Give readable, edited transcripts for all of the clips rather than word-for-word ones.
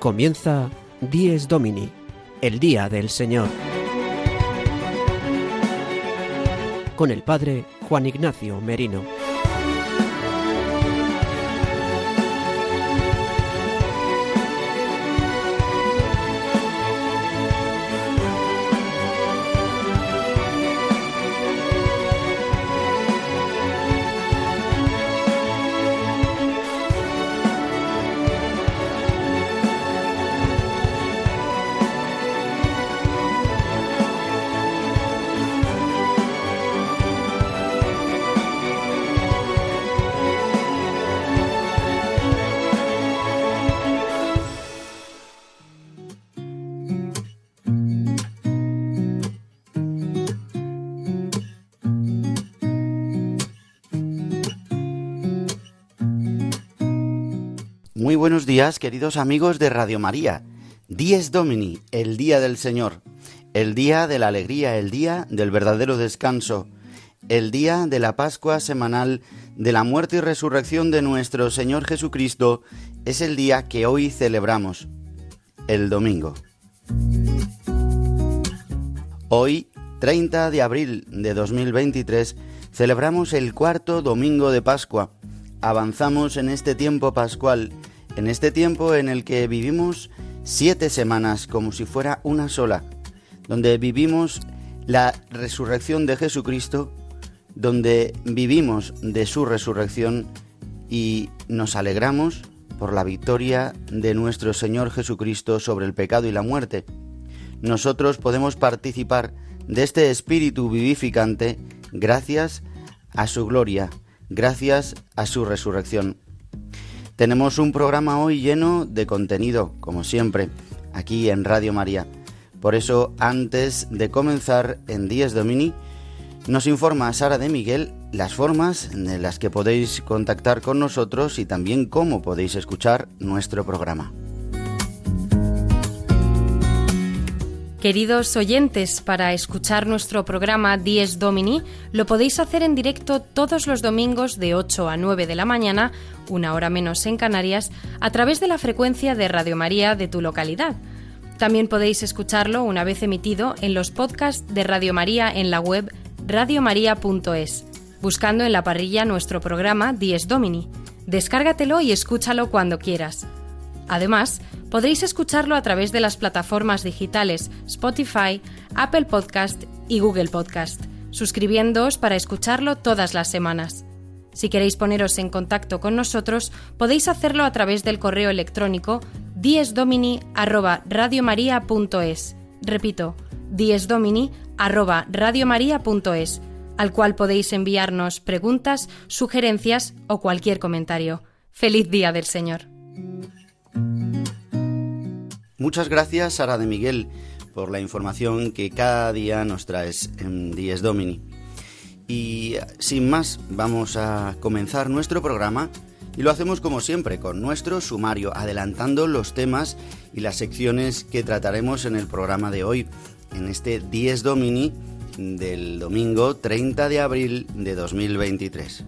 Comienza Dies Domini, el Día del Señor, con el Padre Juan Ignacio Merino. Muy buenos días, queridos amigos de Radio María. Dies Domini, el Día del Señor, el día de la alegría, el día del verdadero descanso, el día de la Pascua semanal de la muerte y resurrección de nuestro Señor Jesucristo, es el día que hoy celebramos, el domingo. Hoy, 30 de abril de 2023, celebramos el cuarto domingo de Pascua. Avanzamos en este tiempo pascual, en este tiempo en el que vivimos 7 semanas como si fuera una sola, donde vivimos la resurrección de Jesucristo, donde vivimos de su resurrección y nos alegramos por la victoria de nuestro Señor Jesucristo sobre el pecado y la muerte. Nosotros podemos participar de este espíritu vivificante gracias a su gloria, gracias a su resurrección. Tenemos un programa hoy lleno de contenido, como siempre, aquí en Radio María. Por eso, antes de comenzar en Dies Domini, nos informa Sara de Miguel las formas en las que podéis contactar con nosotros y también cómo podéis escuchar nuestro programa. Queridos oyentes, para escuchar nuestro programa Dies Domini lo podéis hacer en directo todos los domingos de 8 a 9 de la mañana, una hora menos en Canarias, a través de la frecuencia de Radio María de tu localidad. También podéis escucharlo una vez emitido en los podcasts de Radio María en la web radiomaria.es, buscando en la parrilla nuestro programa Dies Domini. Descárgatelo y escúchalo cuando quieras. Además, podréis escucharlo a través de las plataformas digitales Spotify, Apple Podcast y Google Podcast, suscribiéndoos para escucharlo todas las semanas. Si queréis poneros en contacto con nosotros, podéis hacerlo a través del correo electrónico diesdomini@radiomaria.es. Repito, diesdomini@radiomaria.es, al cual podéis enviarnos preguntas, sugerencias o cualquier comentario. ¡Feliz Día del Señor! Muchas gracias, Sara de Miguel, por la información que cada día nos traes en Dies Domini. Y sin más, vamos a comenzar nuestro programa y lo hacemos como siempre con nuestro sumario, adelantando los temas y las secciones que trataremos en el programa de hoy, en este Dies Domini del domingo 30 de abril de 2023.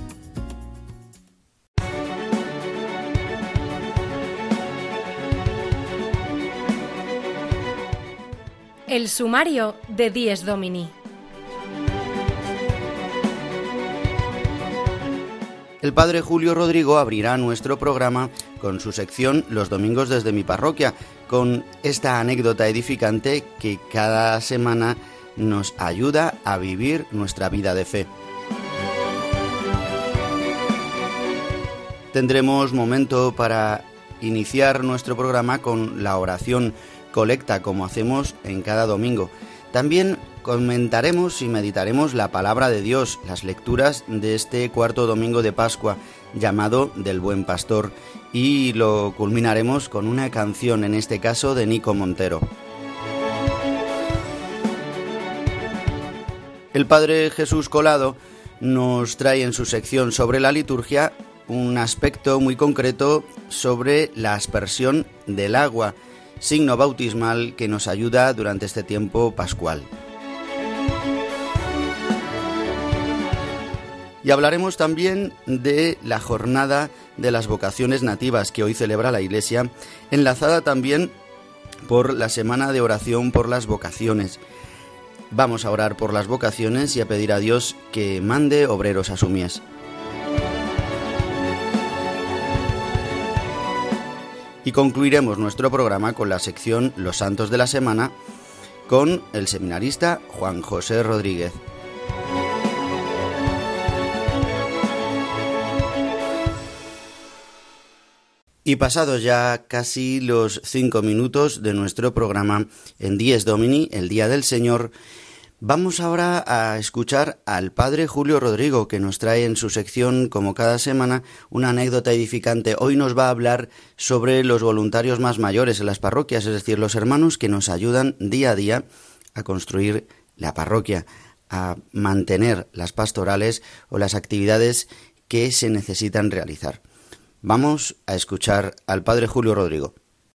El sumario de Dies Domini. El padre Julio Rodrigo abrirá nuestro programa con su sección Los domingos desde mi parroquia, con esta anécdota edificante que cada semana nos ayuda a vivir nuestra vida de fe. Tendremos momento para iniciar nuestro programa con la oración colecta, como hacemos en cada domingo. También comentaremos y meditaremos la palabra de Dios, las lecturas de este cuarto domingo de Pascua, llamado del Buen Pastor, y lo culminaremos con una canción, en este caso de Nico Montero. El padre Jesús Colado nos trae en su sección sobre la liturgia un aspecto muy concreto sobre la aspersión del agua, signo bautismal que nos ayuda durante este tiempo pascual. Y hablaremos también de la jornada de las vocaciones nativas que hoy celebra la Iglesia, enlazada también por la Semana de Oración por las Vocaciones. Vamos a orar por las vocaciones y a pedir a Dios que mande obreros a su mies. Y concluiremos nuestro programa con la sección Los Santos de la Semana con el seminarista Juan José Rodríguez. Y pasados ya casi los 5 minutos de nuestro programa en Dies Domini, el Día del Señor, vamos ahora a escuchar al Padre Julio Rodrigo, que nos trae en su sección, como cada semana, una anécdota edificante. Hoy nos va a hablar sobre los voluntarios más mayores en las parroquias, es decir, los hermanos que nos ayudan día a día a construir la parroquia, a mantener las pastorales o las actividades que se necesitan realizar. Vamos a escuchar al Padre Julio Rodrigo.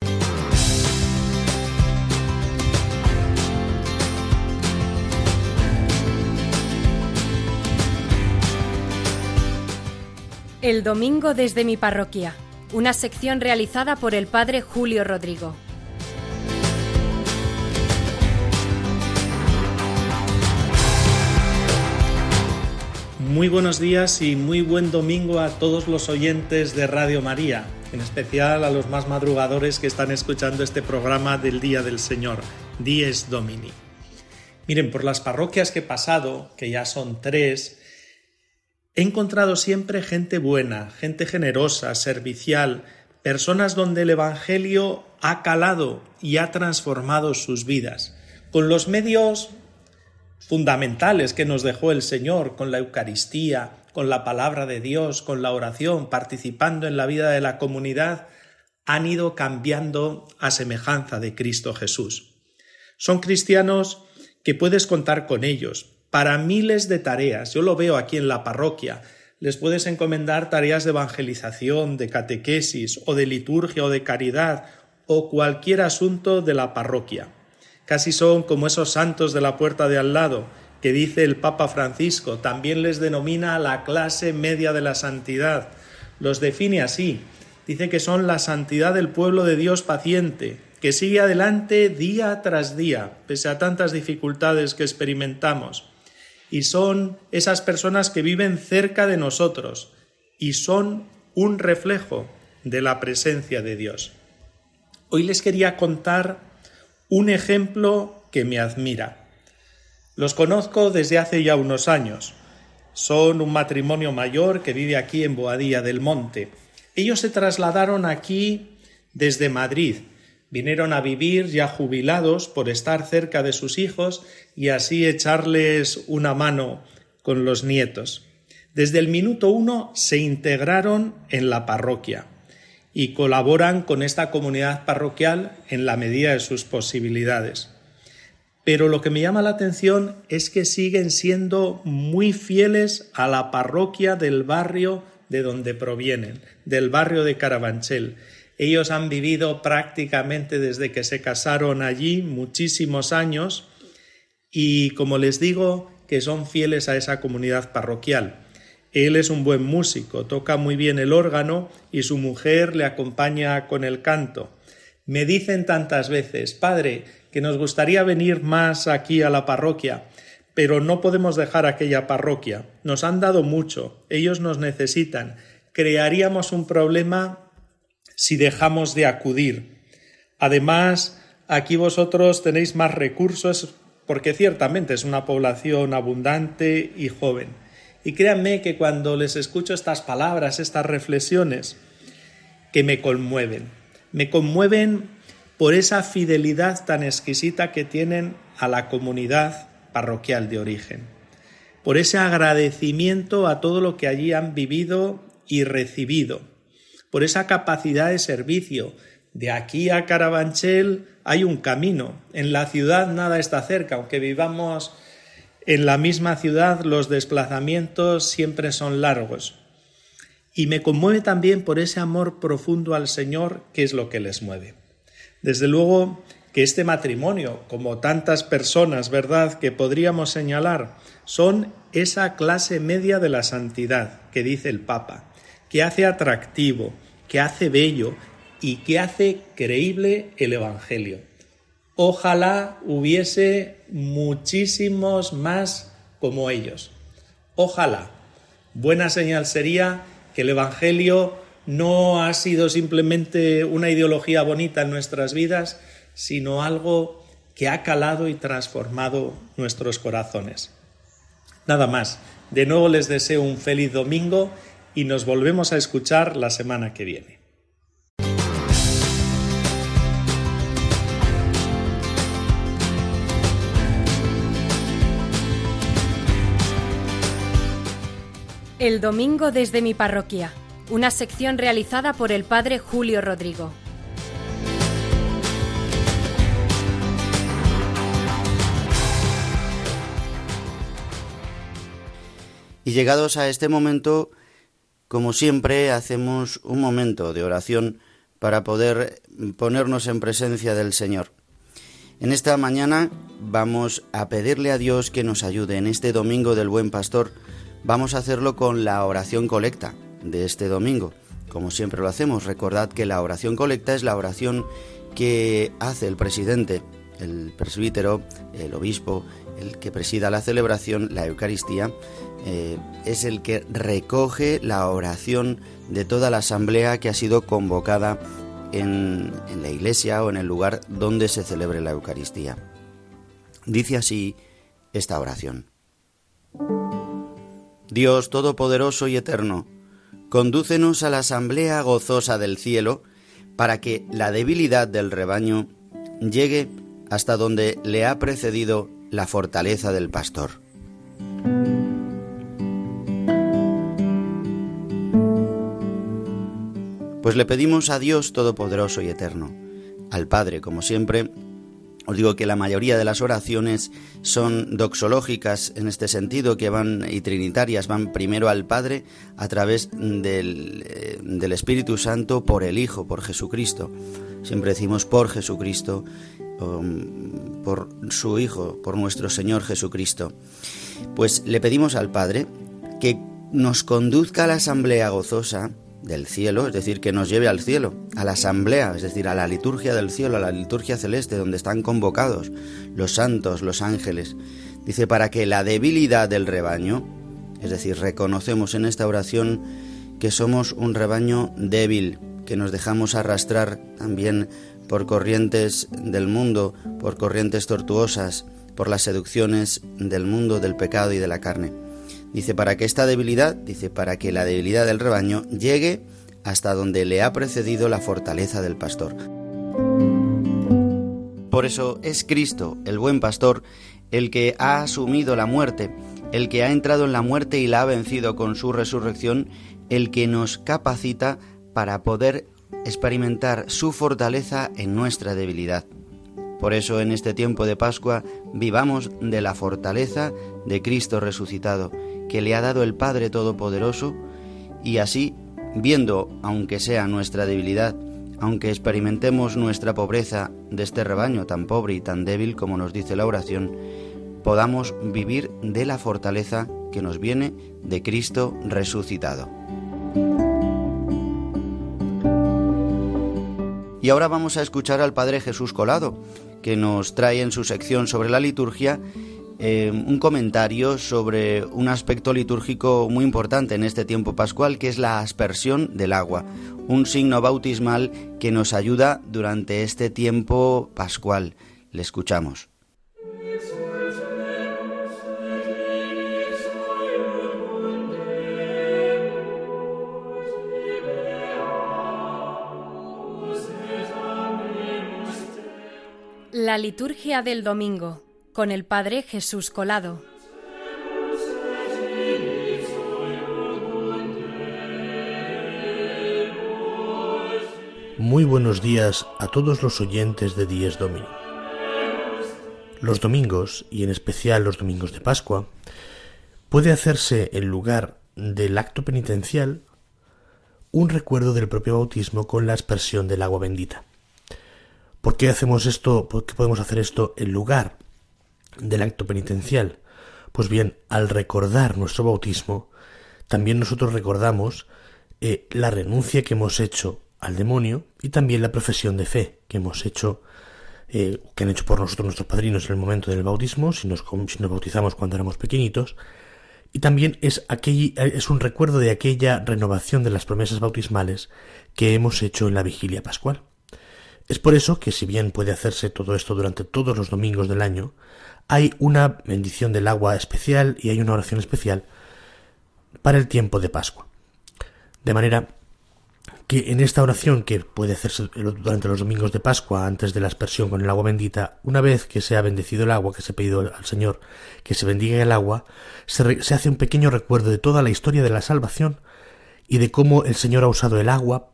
El domingo desde mi parroquia, una sección realizada por el Padre Julio Rodrigo. Muy buenos días y muy buen domingo a todos los oyentes de Radio María, en especial a los más madrugadores que están escuchando este programa del Día del Señor, Dies Domini. Miren, por las parroquias que he pasado, que ya son 3, he encontrado siempre gente buena, gente generosa, servicial, personas donde el Evangelio ha calado y ha transformado sus vidas, con los medios fundamentales que nos dejó el Señor, con la Eucaristía, con la palabra de Dios, con la oración, participando en la vida de la comunidad, han ido cambiando a semejanza de Cristo Jesús. Son cristianos que puedes contar con ellos para miles de tareas. Yo lo veo aquí en la parroquia. Les puedes encomendar tareas de evangelización, de catequesis, o de liturgia, o de caridad, o cualquier asunto de la parroquia. Casi son como esos santos de la puerta de al lado, que dice el Papa Francisco, también les denomina la clase media de la santidad. Los define así, dice que son la santidad del pueblo de Dios paciente, que sigue adelante día tras día, pese a tantas dificultades que experimentamos. Y son esas personas que viven cerca de nosotros y son un reflejo de la presencia de Dios. Hoy les quería contar un ejemplo que me admira. Los conozco desde hace ya unos años. Son un matrimonio mayor que vive aquí en Boadilla del Monte. Ellos se trasladaron aquí desde Madrid. Vinieron a vivir ya jubilados por estar cerca de sus hijos y así echarles una mano con los nietos. Desde el minuto 1 se integraron en la parroquia y colaboran con esta comunidad parroquial en la medida de sus posibilidades. Pero lo que me llama la atención es que siguen siendo muy fieles a la parroquia del barrio de donde provienen, del barrio de Carabanchel. Ellos han vivido prácticamente desde que se casaron allí muchísimos años y, como les digo, que son fieles a esa comunidad parroquial. Él es un buen músico, toca muy bien el órgano y su mujer le acompaña con el canto. Me dicen tantas veces, padre, que nos gustaría venir más aquí a la parroquia, pero no podemos dejar aquella parroquia. Nos han dado mucho, ellos nos necesitan. Crearíamos un problema si dejamos de acudir. Además, aquí vosotros tenéis más recursos porque ciertamente es una población abundante y joven. Y créanme que cuando les escucho estas palabras, estas reflexiones, que me conmueven por esa fidelidad tan exquisita que tienen a la comunidad parroquial de origen, por ese agradecimiento a todo lo que allí han vivido y recibido, por esa capacidad de servicio. De aquí a Carabanchel hay un camino, en la ciudad nada está cerca, aunque vivamos en la misma ciudad, los desplazamientos siempre son largos. Y me conmueve también por ese amor profundo al Señor, que es lo que les mueve. Desde luego que este matrimonio, como tantas personas, ¿verdad?, que podríamos señalar, son esa clase media de la santidad que dice el Papa. que hace atractivo, que hace bello y que hace creíble el Evangelio. Ojalá hubiese muchísimos más como ellos. Ojalá. Buena señal sería que el Evangelio no ha sido simplemente una ideología bonita en nuestras vidas, sino algo que ha calado y transformado nuestros corazones. Nada más. De nuevo les deseo un feliz domingo y nos volvemos a escuchar la semana que viene. El domingo desde mi parroquia, una sección realizada por el padre Julio Rodrigo. Y llegados a este momento, como siempre, hacemos un momento de oración para poder ponernos en presencia del Señor. En esta mañana vamos a pedirle a Dios que nos ayude. En este domingo del Buen Pastor vamos a hacerlo con la oración colecta de este domingo. Como siempre lo hacemos, recordad que la oración colecta es la oración que hace el presidente, el presbítero, el obispo, el que presida la celebración, la Eucaristía, es el que recoge la oración de toda la asamblea que ha sido convocada en la iglesia o en el lugar donde se celebre la Eucaristía. Dice así esta oración: Dios Todopoderoso y Eterno, condúcenos a la asamblea gozosa del cielo, para que la debilidad del rebaño llegue hasta donde le ha precedido la fortaleza del pastor. Pues le pedimos a Dios Todopoderoso y Eterno, al Padre, como siempre. Os digo que la mayoría de las oraciones son doxológicas en este sentido, que van, y trinitarias, van primero al Padre a través del Espíritu Santo por el Hijo, por Jesucristo. Siempre decimos por Jesucristo, por su Hijo, por nuestro Señor Jesucristo. Pues le pedimos al Padre que nos conduzca a la asamblea gozosa del cielo, es decir, que nos lleve al cielo, a la asamblea, es decir, a la liturgia del cielo, a la liturgia celeste, donde están convocados los santos, los ángeles. Dice, para que la debilidad del rebaño, es decir, reconocemos en esta oración que somos un rebaño débil, que nos dejamos arrastrar también por corrientes del mundo, por corrientes tortuosas, por las seducciones del mundo, del pecado y de la carne. Dice, para que esta debilidad, para que la debilidad del rebaño llegue hasta donde le ha precedido la fortaleza del pastor. Por eso es Cristo, el buen pastor, el que ha asumido la muerte, el que ha entrado en la muerte y la ha vencido con su resurrección, el que nos capacita para poder experimentar su fortaleza en nuestra debilidad. Por eso en este tiempo de Pascua vivamos de la fortaleza de Cristo resucitado, que le ha dado el Padre Todopoderoso, y así, viendo, aunque sea nuestra debilidad, aunque experimentemos nuestra pobreza de este rebaño tan pobre y tan débil como nos dice la oración, podamos vivir de la fortaleza que nos viene de Cristo resucitado. Y ahora vamos a escuchar al Padre Jesús Colado, que nos trae en su sección sobre la liturgia un comentario sobre un aspecto litúrgico muy importante en este tiempo pascual, que es la aspersión del agua, un signo bautismal que nos ayuda durante este tiempo pascual. Le escuchamos. La liturgia del domingo, con el Padre Jesús Colado. Muy buenos días a todos los oyentes de Dies Domini. Los domingos, y en especial los domingos de Pascua, puede hacerse en lugar del acto penitencial un recuerdo del propio bautismo con la aspersión del agua bendita. ¿Por qué hacemos esto? ¿Por qué podemos hacer esto en lugar del acto penitencial? Pues bien, al recordar nuestro bautismo, también nosotros recordamos la renuncia que hemos hecho al demonio y también la profesión de fe que hemos hecho, que han hecho por nosotros nuestros padrinos en el momento del bautismo, si nos bautizamos cuando éramos pequeñitos, y también es un recuerdo de aquella renovación de las promesas bautismales que hemos hecho en la vigilia pascual. Es por eso que, si bien puede hacerse todo esto durante todos los domingos del año, hay una bendición del agua especial y hay una oración especial para el tiempo de Pascua. De manera que en esta oración, que puede hacerse durante los domingos de Pascua, antes de la aspersión con el agua bendita, una vez que se ha bendecido el agua, que se ha pedido al Señor que se bendiga el agua, se hace un pequeño recuerdo de toda la historia de la salvación y de cómo el Señor ha usado el agua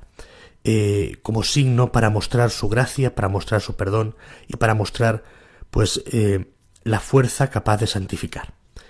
como signo para mostrar su gracia, para mostrar su perdón y para mostrar la fuerza capaz de santificar.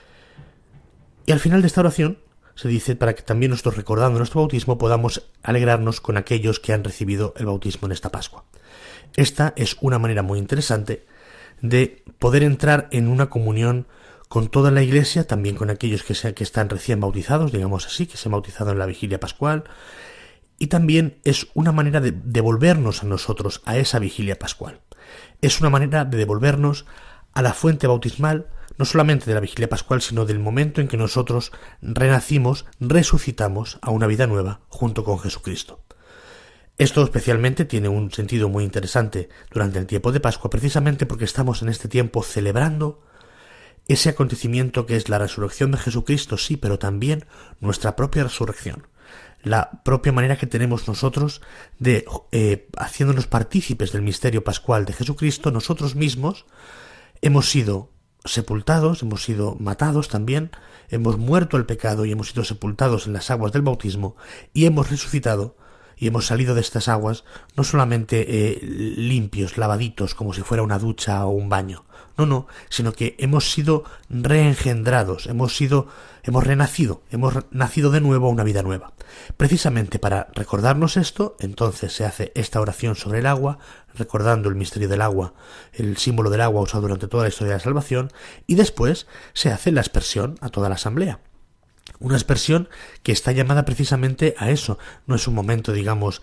Y al final de esta oración se dice para que también nosotros, recordando nuestro bautismo, podamos alegrarnos con aquellos que han recibido el bautismo en esta Pascua. Esta es una manera muy interesante de poder entrar en una comunión con toda la Iglesia, también con aquellos que están recién bautizados, digamos así, que se han bautizado en la vigilia pascual, y también es una manera de devolvernos a nosotros a esa vigilia pascual. Es una manera de devolvernos a la fuente bautismal, no solamente de la vigilia pascual, sino del momento en que nosotros renacimos, resucitamos a una vida nueva junto con Jesucristo. Esto especialmente tiene un sentido muy interesante durante el tiempo de Pascua, precisamente porque estamos en este tiempo celebrando ese acontecimiento que es la resurrección de Jesucristo, sí, pero también nuestra propia resurrección. La propia manera que tenemos nosotros de, haciéndonos partícipes del misterio pascual de Jesucristo, nosotros mismos hemos sido sepultados, hemos sido matados también, hemos muerto al pecado y hemos sido sepultados en las aguas del bautismo y hemos resucitado y hemos salido de estas aguas no solamente limpios, lavaditos, como si fuera una ducha o un baño, no, sino que hemos sido reengendrados, hemos renacido, hemos nacido de nuevo a una vida nueva. Precisamente para recordarnos esto, entonces se hace esta oración sobre el agua, recordando el misterio del agua, el símbolo del agua usado durante toda la historia de la salvación, y después se hace la aspersión a toda la asamblea. Una aspersión que está llamada precisamente a eso. No es un momento, digamos,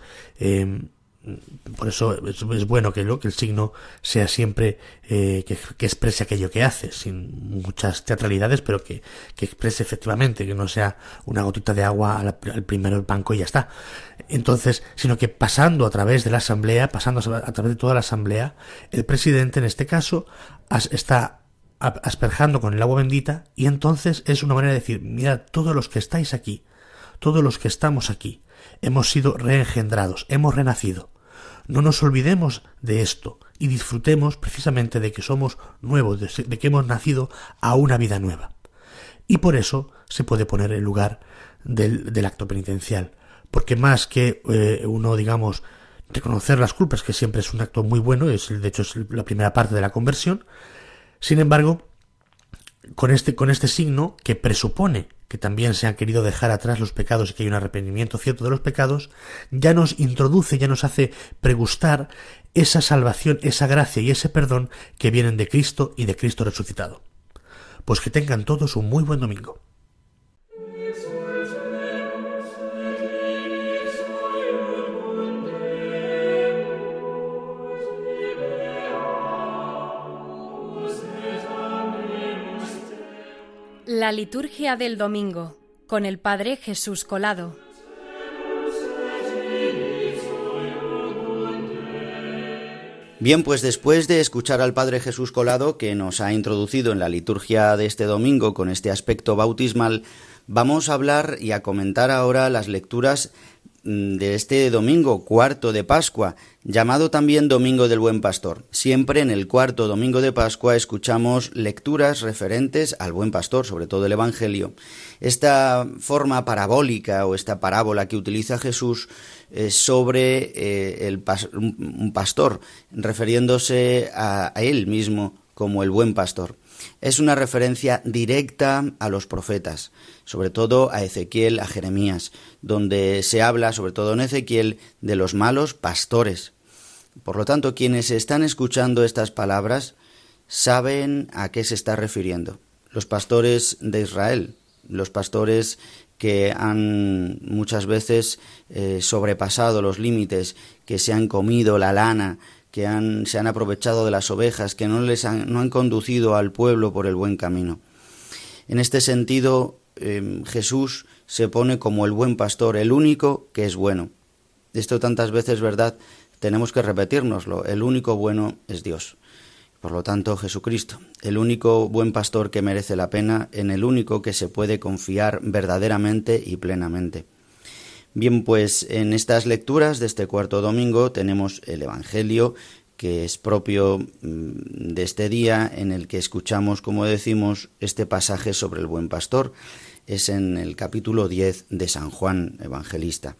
por eso es bueno que el signo sea siempre que exprese aquello que hace, sin muchas teatralidades, pero que exprese efectivamente, que no sea una gotita de agua al primer banco y ya está. Entonces, sino que pasando a través de la asamblea, pasando a través de toda la asamblea, el presidente en este caso está asperjando con el agua bendita, y entonces es una manera de decir: mirad, todos los que estáis aquí, todos los que estamos aquí, hemos sido reengendrados, hemos renacido. No nos olvidemos de esto y disfrutemos precisamente de que somos nuevos, de que hemos nacido a una vida nueva. Y por eso se puede poner en lugar del acto penitencial, porque más que uno, digamos, reconocer las culpas, que siempre es un acto muy bueno, de hecho es la primera parte de la conversión. Sin embargo, con este signo que presupone que también se han querido dejar atrás los pecados y que hay un arrepentimiento cierto de los pecados, ya nos introduce, ya nos hace pregustar esa salvación, esa gracia y ese perdón que vienen de Cristo y de Cristo resucitado. Pues que tengan todos un muy buen domingo. La liturgia del domingo, con el Padre Jesús Colado. Bien, pues después de escuchar al Padre Jesús Colado, que nos ha introducido en la liturgia de este domingo con este aspecto bautismal, vamos a hablar y a comentar ahora las lecturas de este domingo, cuarto de Pascua, llamado también Domingo del Buen Pastor. Siempre en el cuarto domingo de Pascua escuchamos lecturas referentes al Buen Pastor, sobre todo el Evangelio. Esta forma parabólica o esta parábola que utiliza Jesús sobre un pastor, refiriéndose a él mismo como el Buen Pastor. Es una referencia directa a los profetas, sobre todo a Ezequiel, a Jeremías, donde se habla, sobre todo en Ezequiel, de los malos pastores. Por lo tanto, quienes están escuchando estas palabras saben a qué se está refiriendo. Los pastores de Israel, los pastores que han muchas veces sobrepasado los límites, que se han comido la lana, que se han aprovechado de las ovejas, que no han conducido al pueblo por el buen camino. En este sentido, Jesús se pone como el buen pastor, el único que es bueno. Esto tantas veces, ¿verdad?, tenemos que repetírnoslo. El único bueno es Dios. Por lo tanto, Jesucristo, el único buen pastor que merece la pena, en el único que se puede confiar verdaderamente y plenamente. Bien, pues en estas lecturas de este cuarto domingo tenemos el Evangelio, que es propio de este día, en el que escuchamos, como decimos, este pasaje sobre el buen pastor. Es en el capítulo 10 de San Juan Evangelista.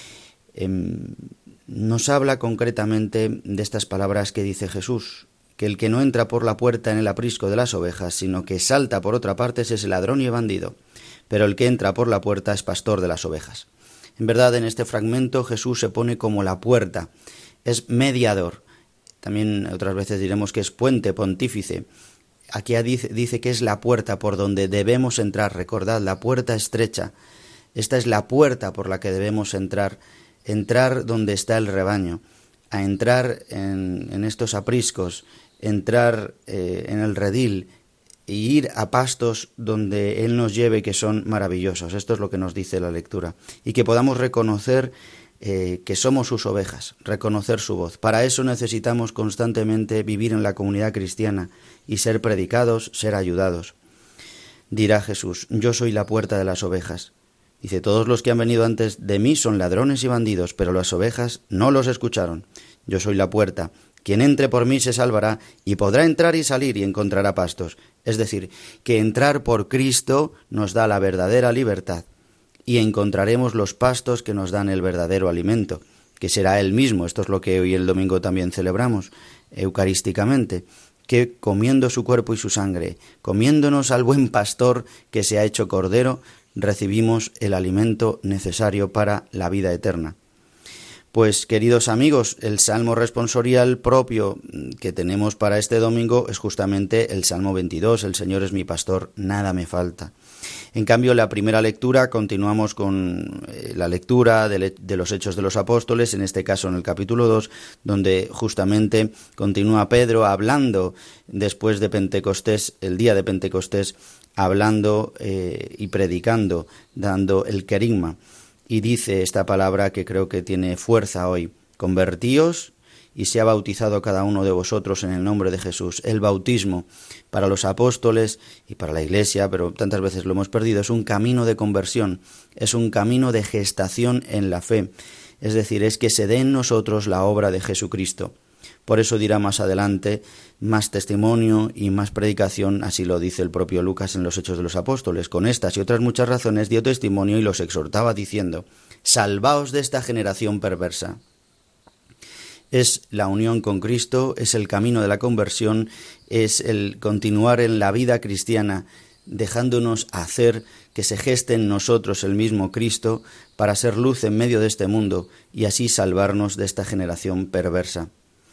Nos habla concretamente de estas palabras que dice Jesús, que el que no entra por la puerta en el aprisco de las ovejas, sino que salta por otra parte, ese es el ladrón y el bandido, pero el que entra por la puerta es pastor de las ovejas. En verdad, en este fragmento Jesús se pone como la puerta, es mediador. También otras veces diremos que es puente, pontífice. Aquí dice que es la puerta por donde debemos entrar. Recordad, la puerta estrecha. Esta es la puerta por la que debemos entrar donde está el rebaño, a entrar en estos apriscos, entrar en el redil e ir a pastos donde Él nos lleve, que son maravillosos. Esto es lo que nos dice la lectura. Y que podamos reconocer que somos sus ovejas, reconocer su voz. Para eso necesitamos constantemente vivir en la comunidad cristiana y ser predicados, ser ayudados. Dirá Jesús, yo soy la puerta de las ovejas. Dice, todos los que han venido antes de mí son ladrones y bandidos, pero las ovejas no los escucharon. Yo soy la puerta. Quien entre por mí se salvará y podrá entrar y salir y encontrará pastos. Es decir, que entrar por Cristo nos da la verdadera libertad y encontraremos los pastos que nos dan el verdadero alimento, que será Él mismo. Esto es lo que hoy el domingo también celebramos eucarísticamente, que comiendo su cuerpo y su sangre, comiéndonos al buen pastor que se ha hecho cordero, recibimos el alimento necesario para la vida eterna. Pues, queridos amigos, el salmo responsorial propio que tenemos para este domingo es justamente el Salmo 22, el Señor es mi pastor, nada me falta. En cambio, la primera lectura, continuamos con la lectura de los Hechos de los Apóstoles, en este caso en el capítulo 2, donde justamente continúa Pedro hablando después de Pentecostés, el día de Pentecostés, hablando y predicando, dando el querigma. Y dice esta palabra que creo que tiene fuerza hoy: convertíos y sea bautizado cada uno de vosotros en el nombre de Jesús. El bautismo para los apóstoles y para la Iglesia, pero tantas veces lo hemos perdido, es un camino de conversión, es un camino de gestación en la fe. Es decir, es que se dé en nosotros la obra de Jesucristo. Por eso dirá más adelante, más testimonio y más predicación, así lo dice el propio Lucas en los Hechos de los Apóstoles. Con estas y otras muchas razones dio testimonio y los exhortaba diciendo, salvaos de esta generación perversa. Es la unión con Cristo, es el camino de la conversión, es el continuar en la vida cristiana, dejándonos hacer que se geste en nosotros el mismo Cristo para ser luz en medio de este mundo y así salvarnos de esta generación perversa.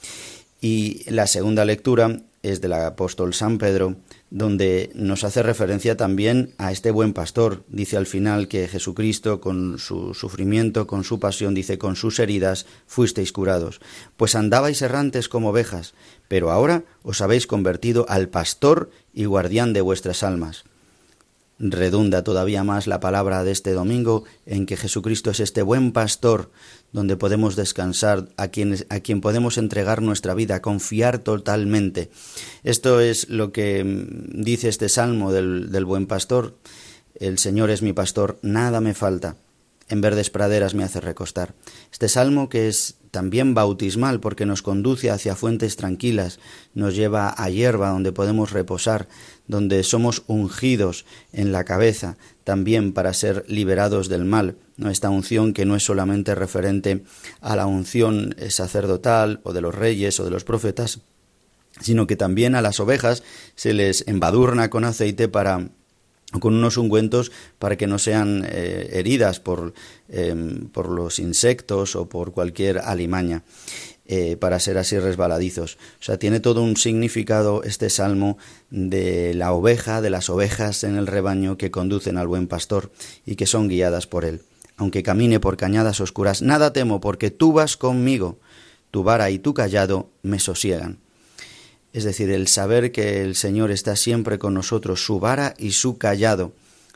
Y la segunda lectura es del apóstol San Pedro, donde nos hace referencia también a este buen pastor. Dice al final que Jesucristo, con su sufrimiento, con su pasión, dice, con sus heridas fuisteis curados. Pues andabais errantes como ovejas, pero ahora os habéis convertido al pastor y guardián de vuestras almas. Redunda todavía más la palabra de este domingo en que Jesucristo es este buen pastor donde podemos descansar, a quien podemos entregar nuestra vida, confiar totalmente. Esto es lo que dice este salmo del buen pastor. El Señor es mi pastor, nada me falta. En verdes praderas me hace recostar. Este salmo, que es también bautismal porque nos conduce hacia fuentes tranquilas, nos lleva a hierba donde podemos reposar, donde somos ungidos en la cabeza también para ser liberados del mal. ¿No? Esta unción que no es solamente referente a la unción sacerdotal o de los reyes o de los profetas, sino que también a las ovejas se les embadurna con aceite con unos ungüentos para que no sean heridas por los insectos o por cualquier alimaña. para ser así resbaladizos. O sea, tiene todo un significado este salmo de la oveja, de las ovejas en el rebaño que conducen al buen pastor y que son guiadas por él. Aunque camine por cañadas oscuras, nada temo, porque tú vas conmigo, tu vara y tu cayado me sosiegan. Es decir, el saber que el Señor está siempre con nosotros, su vara y su cayado,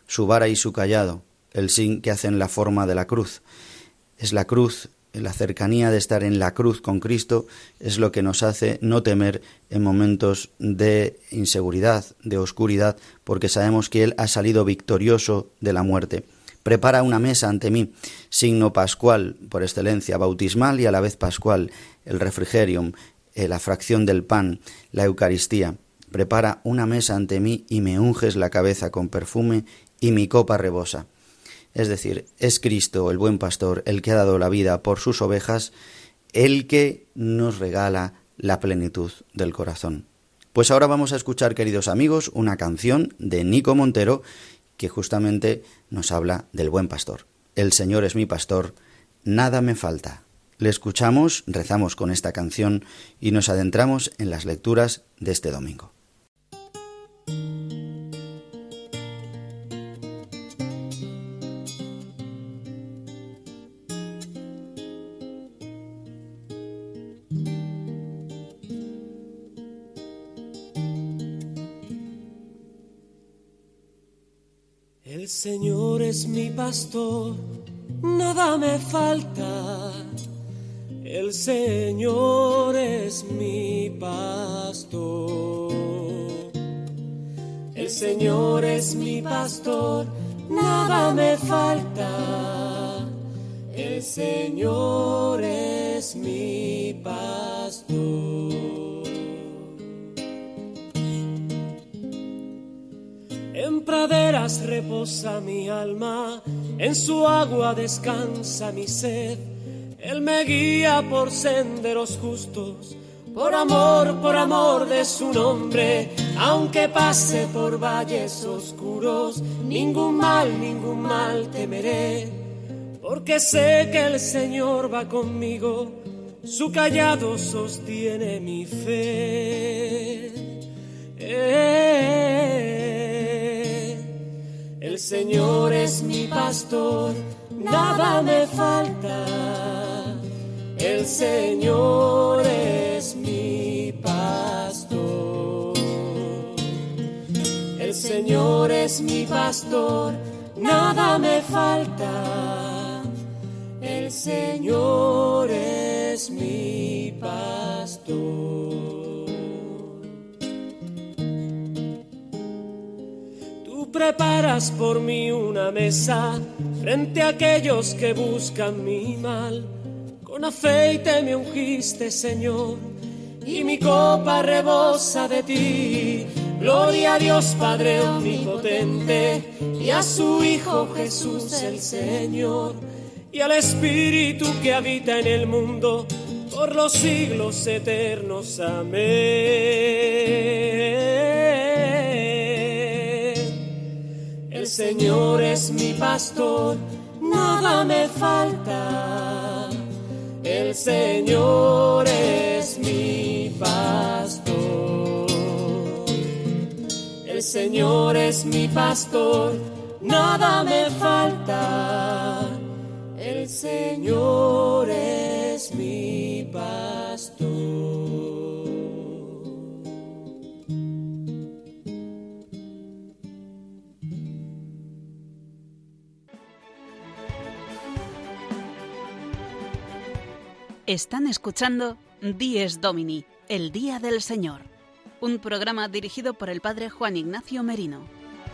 el signo que hacen la forma de la cruz. Es la cruz, la cercanía de estar en la cruz con Cristo es lo que nos hace no temer en momentos de inseguridad, de oscuridad, porque sabemos que Él ha salido victorioso de la muerte. Prepara una mesa ante mí, signo pascual por excelencia, bautismal y a la vez pascual, el refrigerium, la fracción del pan, la Eucaristía. Prepara una mesa ante mí y me unges la cabeza con perfume y mi copa rebosa. Es decir, es Cristo, el buen pastor, el que ha dado la vida por sus ovejas, el que nos regala la plenitud del corazón. Pues ahora vamos a escuchar, queridos amigos, una canción de Nico Montero que justamente nos habla del buen pastor. El Señor es mi pastor, nada me falta. Le escuchamos, rezamos con esta canción y nos adentramos en las lecturas de este domingo. El Señor es mi pastor, nada me falta. El Señor es mi pastor. El Señor es mi pastor, nada me falta. El Señor es mi pastor. En praderas reposa mi alma, en su agua descansa mi sed. Él me guía por senderos justos, por amor de su nombre. Aunque pase por valles oscuros, ningún mal temeré, porque sé que el Señor va conmigo, su cayado sostiene mi fe. El Señor es mi pastor, nada me falta. El Señor es mi pastor. El Señor es mi pastor, nada me falta. El Señor es mi pastor. Preparas por mí una mesa frente a aquellos que buscan mi mal. Con aceite me ungiste, Señor, y mi copa rebosa de ti. Gloria a Dios Padre omnipotente y a su Hijo Jesús el Señor, y al Espíritu que habita en el mundo por los siglos eternos. Amén. El Señor es mi pastor, nada me falta. El Señor es mi pastor. El Señor es mi pastor, nada me falta. El Señor es mi pastor. Están escuchando Dies Domini, el Día del Señor, un programa dirigido por el Padre Juan Ignacio Merino.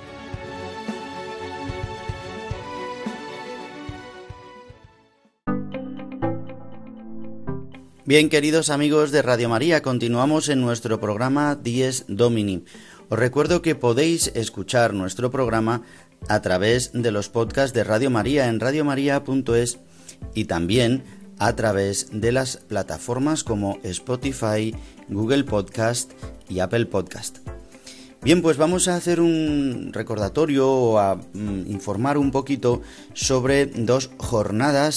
Bien, queridos amigos de Radio María, continuamos en nuestro programa Dies Domini. Os recuerdo que podéis escuchar nuestro programa a través de los podcasts de Radio María en radiomaria.es y también a través de las plataformas como Spotify, Google Podcast y Apple Podcast. Bien, pues vamos a hacer un recordatorio o a informar un poquito sobre dos jornadas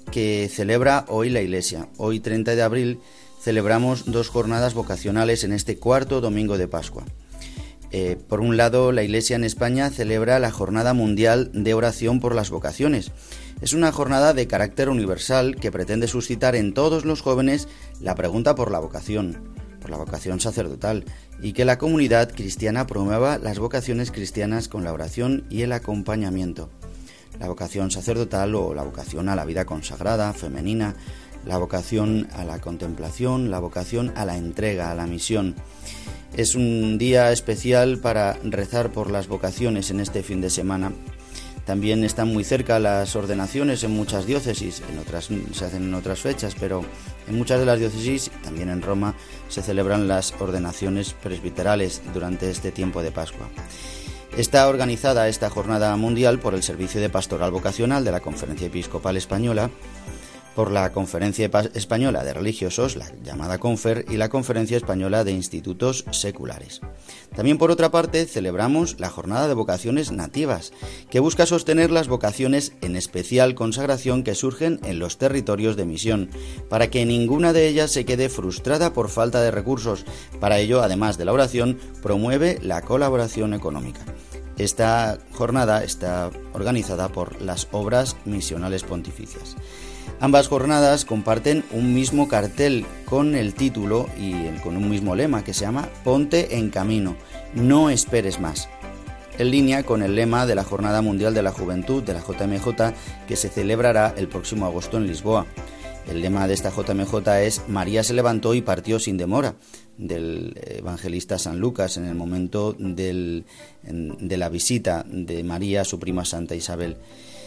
que celebra hoy la Iglesia. Hoy, 30 de abril, celebramos 2 jornadas vocacionales en este cuarto domingo de Pascua. Por un lado, la Iglesia en España celebra la Jornada Mundial de Oración por las Vocaciones. Es una jornada de carácter universal que pretende suscitar en todos los jóvenes la pregunta por la vocación sacerdotal, y que la comunidad cristiana promueva las vocaciones cristianas con la oración y el acompañamiento. La vocación sacerdotal o la vocación a la vida consagrada, femenina, la vocación a la contemplación, la vocación a la entrega, a la misión. Es un día especial para rezar por las vocaciones en este fin de semana. También están muy cerca las ordenaciones en muchas diócesis, en otras se hacen en otras fechas, pero en muchas de las diócesis, también en Roma, se celebran las ordenaciones presbiterales durante este tiempo de Pascua. Está organizada esta jornada mundial por el Servicio de Pastoral Vocacional de la Conferencia Episcopal Española, por la Conferencia Española de Religiosos, la llamada CONFER, y la Conferencia Española de Institutos Seculares. También, por otra parte, celebramos la Jornada de Vocaciones Nativas, que busca sostener las vocaciones en especial consagración que surgen en los territorios de misión, para que ninguna de ellas se quede frustrada por falta de recursos. Para ello, además de la oración, promueve la colaboración económica. Esta jornada está organizada por las Obras Misionales Pontificias. Ambas jornadas comparten un mismo cartel con el título y con un mismo lema que se llama Ponte en Camino, no esperes más, en línea con el lema de la Jornada Mundial de la Juventud de la JMJ, que se celebrará el próximo agosto en Lisboa. El lema de esta JMJ es María se levantó y partió sin demora, del evangelista San Lucas, en el momento de la visita de María a su prima Santa Isabel.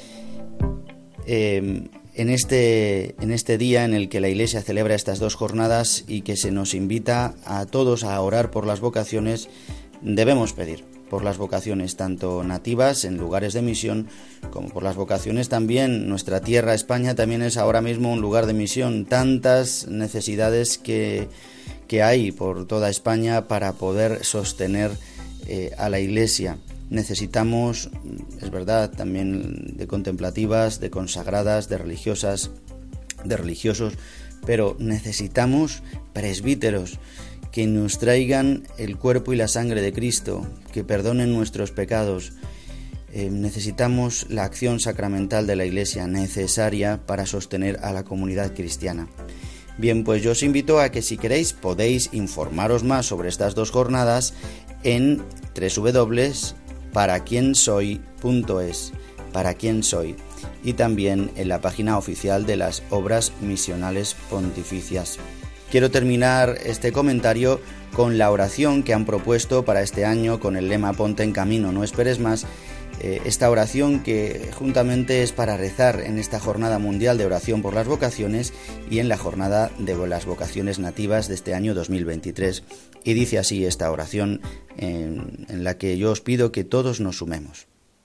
En este día en el que la Iglesia celebra estas 2 jornadas y que se nos invita a todos a orar por las vocaciones, debemos pedir por las vocaciones tanto nativas en lugares de misión como por las vocaciones también. Nuestra tierra, España, también es ahora mismo un lugar de misión. Tantas necesidades que hay por toda España para poder sostener a la Iglesia. Necesitamos, es verdad, también de contemplativas, de consagradas, de religiosas, de religiosos, pero necesitamos presbíteros que nos traigan el cuerpo y la sangre de Cristo, que perdonen nuestros pecados. Necesitamos la acción sacramental de la Iglesia, necesaria para sostener a la comunidad cristiana. Bien, pues yo os invito a que, si queréis, podéis informaros más sobre estas 2 jornadas en www.paraquiensoy.es, para quién soy, y también en la página oficial de las Obras Misionales Pontificias. Quiero terminar este comentario con la oración que han propuesto para este año con el lema Ponte en Camino, no esperes más. Esta oración que juntamente es para rezar en esta Jornada Mundial de Oración por las Vocaciones y en la Jornada de las Vocaciones Nativas de este año 2023. Y dice así esta oración en la que yo os pido que todos nos sumemos.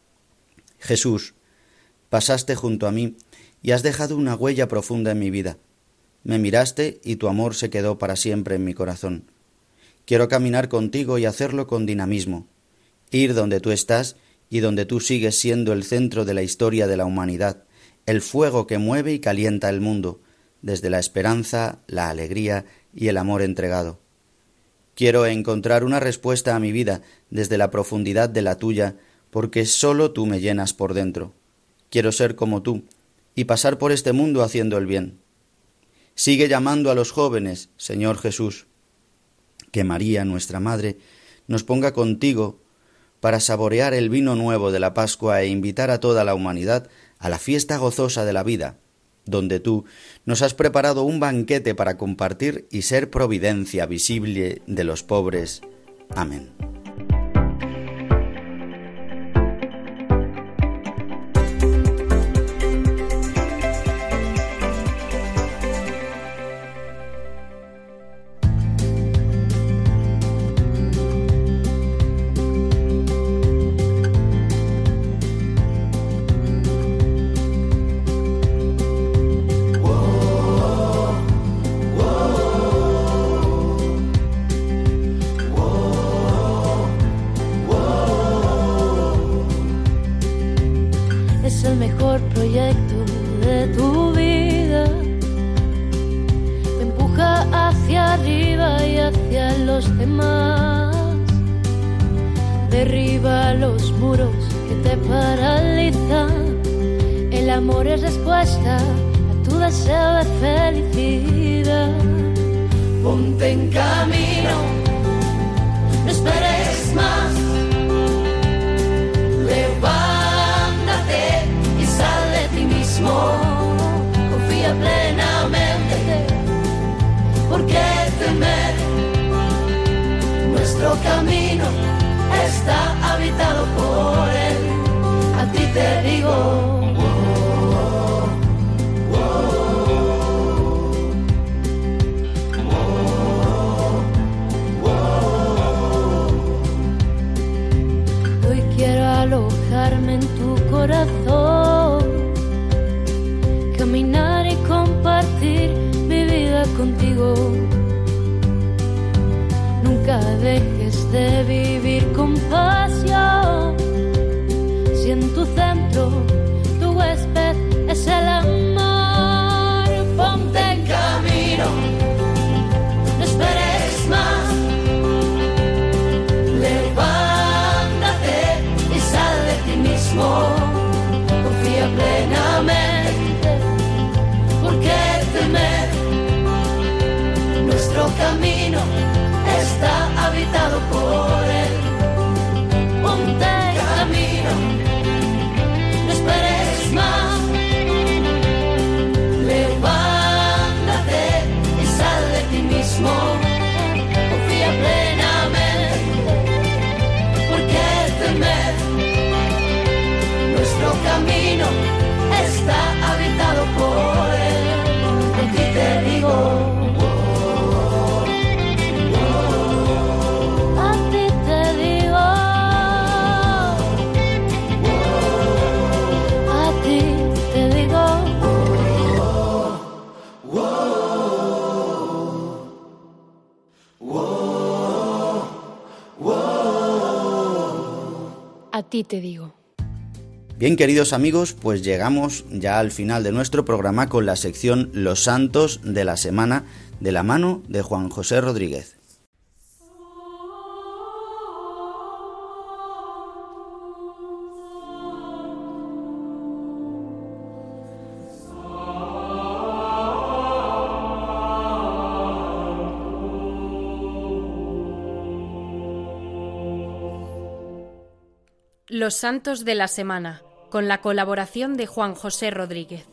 Jesús, pasaste junto a mí y has dejado una huella profunda en mi vida. Me miraste y tu amor se quedó para siempre en mi corazón. Quiero caminar contigo y hacerlo con dinamismo, ir donde tú estás y donde tú sigues siendo el centro de la historia de la humanidad, el fuego que mueve y calienta el mundo, desde la esperanza, la alegría y el amor entregado. Quiero encontrar una respuesta a mi vida desde la profundidad de la tuya, porque solo tú me llenas por dentro. Quiero ser como tú y pasar por este mundo haciendo el bien. Sigue llamando a los jóvenes, Señor Jesús. Que María, nuestra Madre, nos ponga contigo para saborear el vino nuevo de la Pascua e invitar a toda la humanidad a la fiesta gozosa de la vida, donde tú nos has preparado un banquete para compartir y ser providencia visible de los pobres. Amén. Es el mejor proyecto de tu vida. vida. Me empuja hacia arriba y hacia los demás. Derriba los muros que te paralizan. El amor es respuesta a tu deseo de felicidad. Ponte en camino, no esperes más. Levántate y sal de ti mismo. Confía plenamente, porque temer. Nuestro camino está habitado por él. A ti te digo. Alojarme en tu corazón, caminar y compartir mi vida contigo. Nunca dejes de vivir con pasión. Si en tu centro tu huésped es el amor, ponte en camino, no esperes más. Confía plenamente, porque temer. Nuestro camino está habitado por él. Ponte en camino, no esperes más. Levántate y sal de ti mismo. Confía plenamente, porque temer. Nuestro camino está habitado por él. A ti te digo. A ti te digo. A ti te digo. A ti te digo. Bien, queridos amigos, pues llegamos ya al final de nuestro programa con la sección Los Santos de la Semana, de la mano de Juan José Rodríguez. Los Santos de la Semana, con la colaboración de Juan José Rodríguez.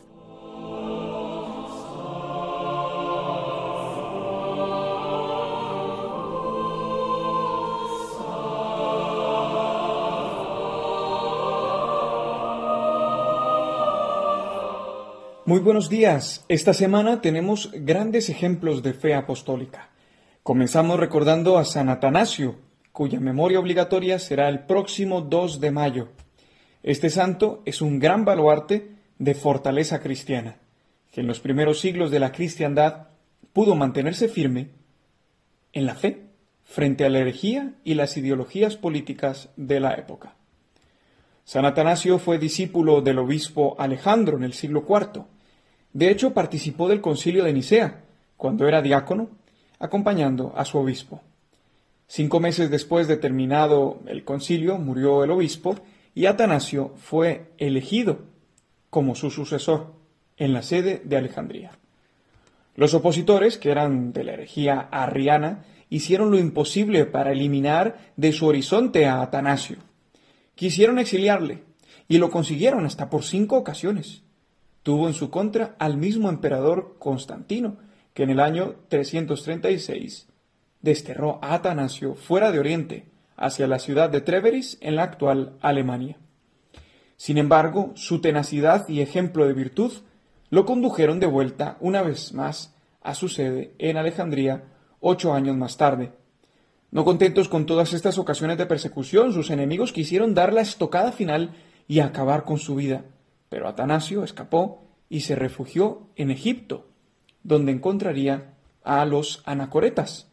Muy buenos días. Esta semana tenemos grandes ejemplos de fe apostólica. Comenzamos recordando a San Atanasio, cuya memoria obligatoria será el próximo 2 de mayo. Este santo es un gran baluarte de fortaleza cristiana, que en los primeros siglos de la cristiandad pudo mantenerse firme en la fe frente a la herejía y las ideologías políticas de la época. San Atanasio fue discípulo del obispo Alejandro en el siglo IV. De hecho, participó del concilio de Nicea, cuando era diácono, acompañando a su obispo. 5 meses después de terminado el concilio, murió el obispo y Atanasio fue elegido como su sucesor en la sede de Alejandría. Los opositores, que eran de la herejía arriana, hicieron lo imposible para eliminar de su horizonte a Atanasio. Quisieron exiliarle y lo consiguieron hasta por 5 ocasiones. Tuvo en su contra al mismo emperador Constantino, que en el año 336 desterró a Atanasio fuera de Oriente, hacia la ciudad de Treveris, en la actual Alemania. Sin embargo, su tenacidad y ejemplo de virtud lo condujeron de vuelta una vez más a su sede en Alejandría 8 años más tarde. No contentos con todas estas ocasiones de persecución, sus enemigos quisieron dar la estocada final y acabar con su vida, pero Atanasio escapó y se refugió en Egipto, donde encontraría a los anacoretas.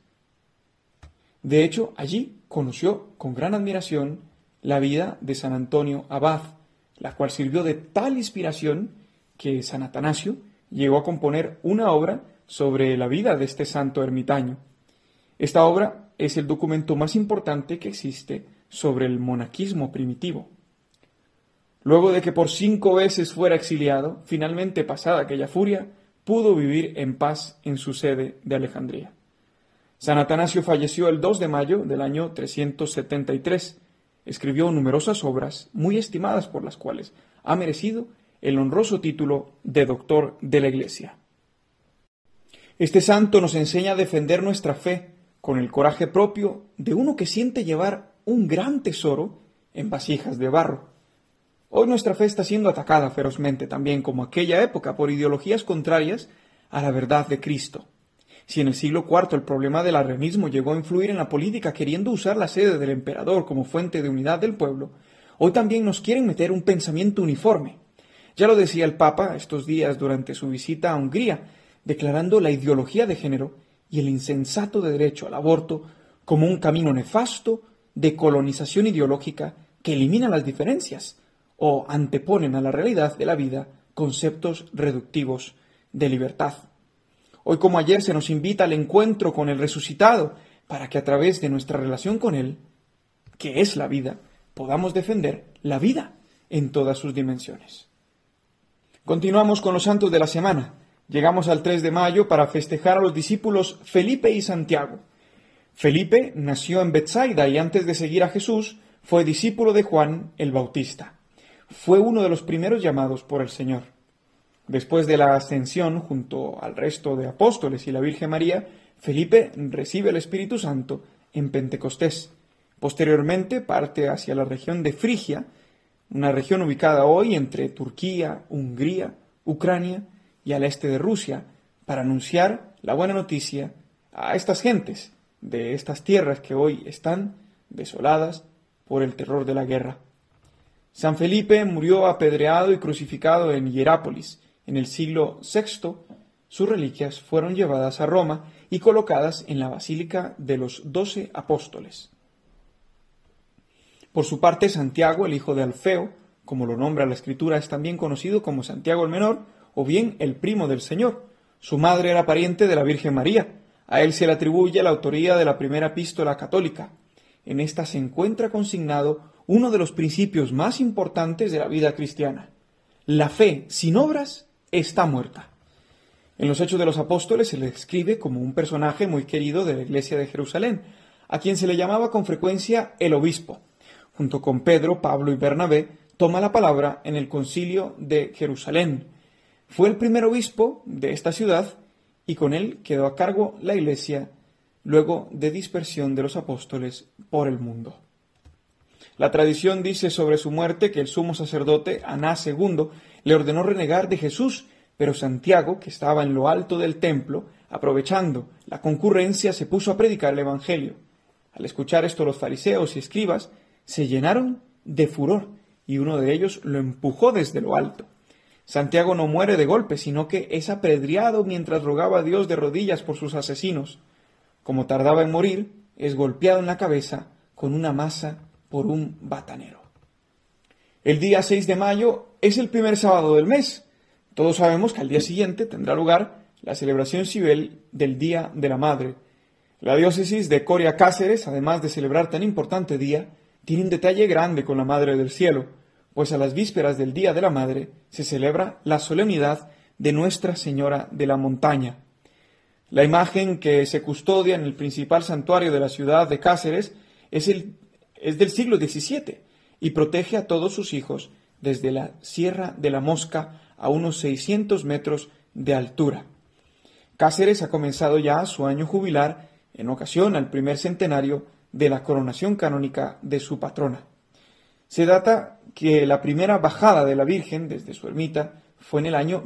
De hecho, allí conoció con gran admiración la vida de San Antonio Abad, la cual sirvió de tal inspiración que San Atanasio llegó a componer una obra sobre la vida de este santo ermitaño. Esta obra es el documento más importante que existe sobre el monaquismo primitivo. Luego de que por 5 veces fuera exiliado, finalmente, pasada aquella furia, pudo vivir en paz en su sede de Alejandría. San Atanasio falleció el 2 de mayo del año 373. Escribió numerosas obras muy estimadas, por las cuales ha merecido el honroso título de doctor de la Iglesia. Este santo nos enseña a defender nuestra fe con el coraje propio de uno que siente llevar un gran tesoro en vasijas de barro. Hoy nuestra fe está siendo atacada ferozmente también, como aquella época, por ideologías contrarias a la verdad de Cristo. Si en el siglo IV el problema del arrianismo llegó a influir en la política, queriendo usar la sede del emperador como fuente de unidad del pueblo, hoy también nos quieren meter un pensamiento uniforme. Ya lo decía el Papa estos días durante su visita a Hungría, declarando la ideología de género y el insensato de derecho al aborto como un camino nefasto de colonización ideológica que elimina las diferencias o anteponen a la realidad de la vida conceptos reductivos de libertad. Hoy como ayer se nos invita al encuentro con el resucitado para que a través de nuestra relación con Él, que es la vida, podamos defender la vida en todas sus dimensiones. Continuamos con los santos de la semana. Llegamos al 3 de mayo para festejar a los discípulos Felipe y Santiago. Felipe nació en Betsaida y antes de seguir a Jesús fue discípulo de Juan el Bautista. Fue uno de los primeros llamados por el Señor. Después de la ascensión, junto al resto de apóstoles y la Virgen María, Felipe recibe el Espíritu Santo en Pentecostés. Posteriormente parte hacia la región de Frigia, una región ubicada hoy entre Turquía, Hungría, Ucrania y al este de Rusia, para anunciar la buena noticia a estas gentes de estas tierras que hoy están desoladas por el terror de la guerra. San Felipe murió apedreado y crucificado en Hierápolis en el siglo VI. Sus reliquias fueron llevadas a Roma y colocadas en la Basílica de los 12 Apóstoles. Por su parte, Santiago, el hijo de Alfeo, como lo nombra la Escritura, es también conocido como Santiago el Menor, o bien el primo del Señor. Su madre era pariente de la Virgen María. A él se le atribuye la autoría de la primera epístola católica. En esta se encuentra consignado uno de los principios más importantes de la vida cristiana. La fe sin obras está muerta. En los Hechos de los Apóstoles se le describe como un personaje muy querido de la iglesia de Jerusalén, a quien se le llamaba con frecuencia el obispo. Junto con Pedro, Pablo y Bernabé, toma la palabra en el concilio de Jerusalén. Fue el primer obispo de esta ciudad y con él quedó a cargo la iglesia luego de dispersión de los apóstoles por el mundo. La tradición dice sobre su muerte que el sumo sacerdote Anás II le ordenó renegar de Jesús, pero Santiago, que estaba en lo alto del templo, aprovechando la concurrencia, se puso a predicar el Evangelio. Al escuchar esto, los fariseos y escribas se llenaron de furor y uno de ellos lo empujó desde lo alto. Santiago no muere de golpe, sino que es apedreado mientras rogaba a Dios de rodillas por sus asesinos. Como tardaba en morir, es golpeado en la cabeza con una masa por un batanero. El día 6 de mayo es el primer sábado del mes. Todos sabemos que al día siguiente tendrá lugar la celebración civil del Día de la Madre. La diócesis de Coria Cáceres, además de celebrar tan importante día, tiene un detalle grande con la Madre del Cielo, pues a las vísperas del Día de la Madre se celebra la solemnidad de Nuestra Señora de la Montaña. La imagen que se custodia en el principal santuario de la ciudad de Cáceres es del siglo XVII y protege a todos sus hijos desde la Sierra de la Mosca a unos 600 metros de altura. Cáceres ha comenzado ya su año jubilar en ocasión al primer centenario de la coronación canónica de su patrona. Se data que la primera bajada de la Virgen desde su ermita fue en el año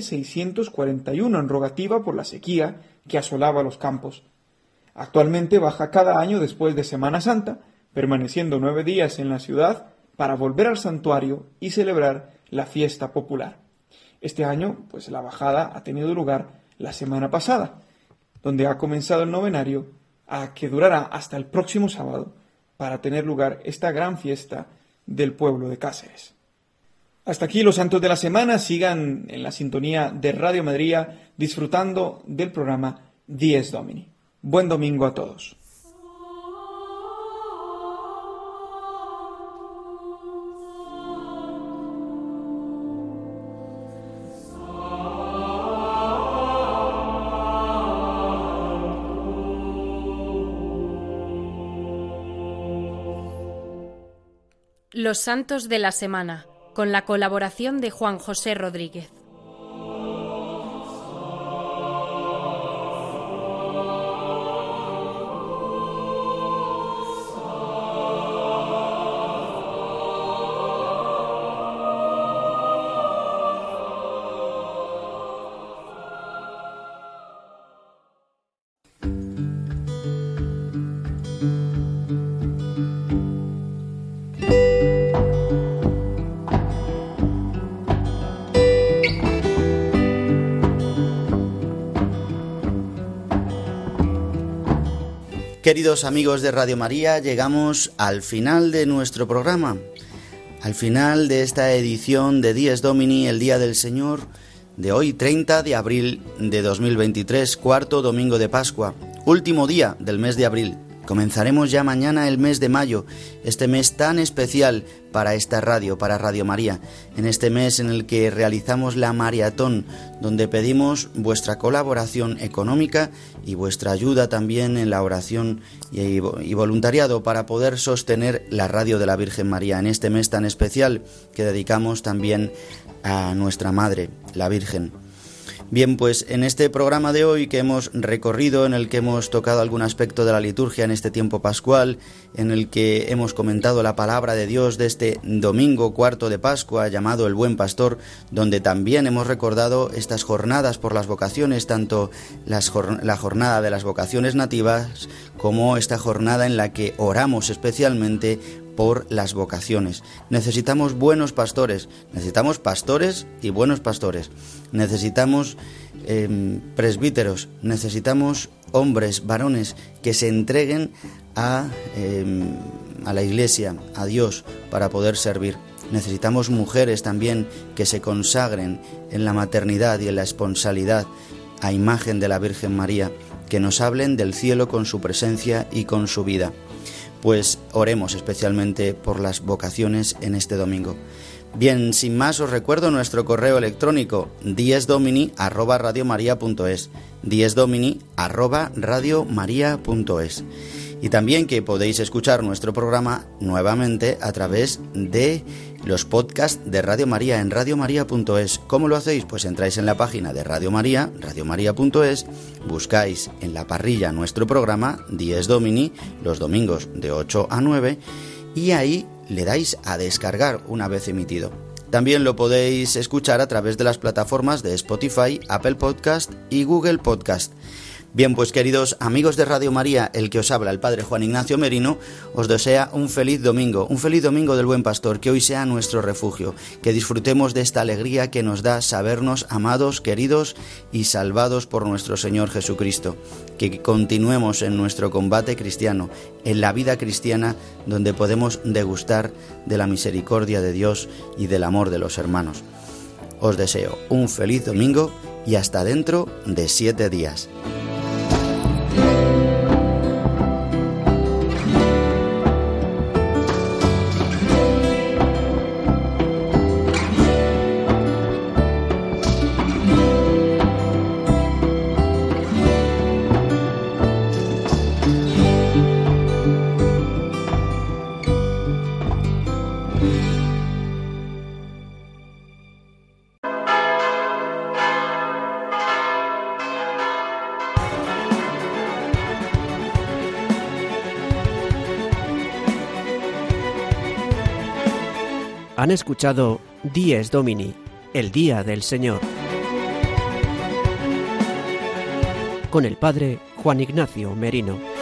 1641 en rogativa por la sequía que asolaba los campos. Actualmente baja cada año después de Semana Santa, permaneciendo 9 días en la ciudad para volver al santuario y celebrar la fiesta popular. Este año, pues la bajada ha tenido lugar la semana pasada, donde ha comenzado el novenario a que durará hasta el próximo sábado para tener lugar esta gran fiesta del pueblo de Cáceres. Hasta aquí los santos de la semana. Sigan en la sintonía de Radio María disfrutando del programa Dies Domini. Buen domingo a todos. Los santos de la semana, con la colaboración de Juan José Rodríguez. Queridos amigos de Radio María, llegamos al final de nuestro programa, al final de esta edición de Dies Domini, el Día del Señor, de hoy 30 de abril de 2023, cuarto domingo de Pascua, último día del mes de abril. Comenzaremos ya mañana el mes de mayo, este mes tan especial para esta radio, para Radio María, en este mes en el que realizamos la maratón, donde pedimos vuestra colaboración económica y vuestra ayuda también en la oración y voluntariado para poder sostener la radio de la Virgen María en este mes tan especial que dedicamos también a nuestra Madre, la Virgen. Bien, pues en este programa de hoy que hemos recorrido, en el que hemos tocado algún aspecto de la liturgia en este tiempo pascual, en el que hemos comentado la palabra de Dios de este domingo cuarto de Pascua llamado el Buen Pastor, donde también hemos recordado estas jornadas por las vocaciones, tanto la jornada de las vocaciones nativas como esta jornada en la que oramos especialmente por las vocaciones. Necesitamos buenos pastores, necesitamos pastores y buenos pastores, necesitamos presbíteros, necesitamos hombres, varones que se entreguen a la Iglesia, a Dios, para poder servir. Necesitamos mujeres también que se consagren en la maternidad y en la esponsalidad a imagen de la Virgen María, que nos hablen del cielo con su presencia y con su vida. Pues oremos especialmente por las vocaciones en este domingo. Bien, sin más os recuerdo nuestro correo electrónico diesdomini@radiomaria.es, diesdomini@radiomaria.es. Y también que podéis escuchar nuestro programa nuevamente a través de los podcasts de Radio María en radiomaria.es. ¿Cómo lo hacéis? Pues entráis en la página de Radio María, radiomaria.es, buscáis en la parrilla nuestro programa Dies Domini, los domingos de 8 a 9, y ahí le dais a descargar una vez emitido. También lo podéis escuchar a través de las plataformas de Spotify, Apple Podcast y Google Podcast. Bien, pues queridos amigos de Radio María, el que os habla, el Padre Juan Ignacio Merino, os desea un feliz domingo del Buen Pastor, que hoy sea nuestro refugio, que disfrutemos de esta alegría que nos da sabernos amados, queridos y salvados por nuestro Señor Jesucristo, que continuemos en nuestro combate cristiano, en la vida cristiana, donde podemos degustar de la misericordia de Dios y del amor de los hermanos. Os deseo un feliz domingo y hasta dentro de 7 días. Han escuchado Dies Domini, el Día del Señor, con el Padre Juan Ignacio Merino.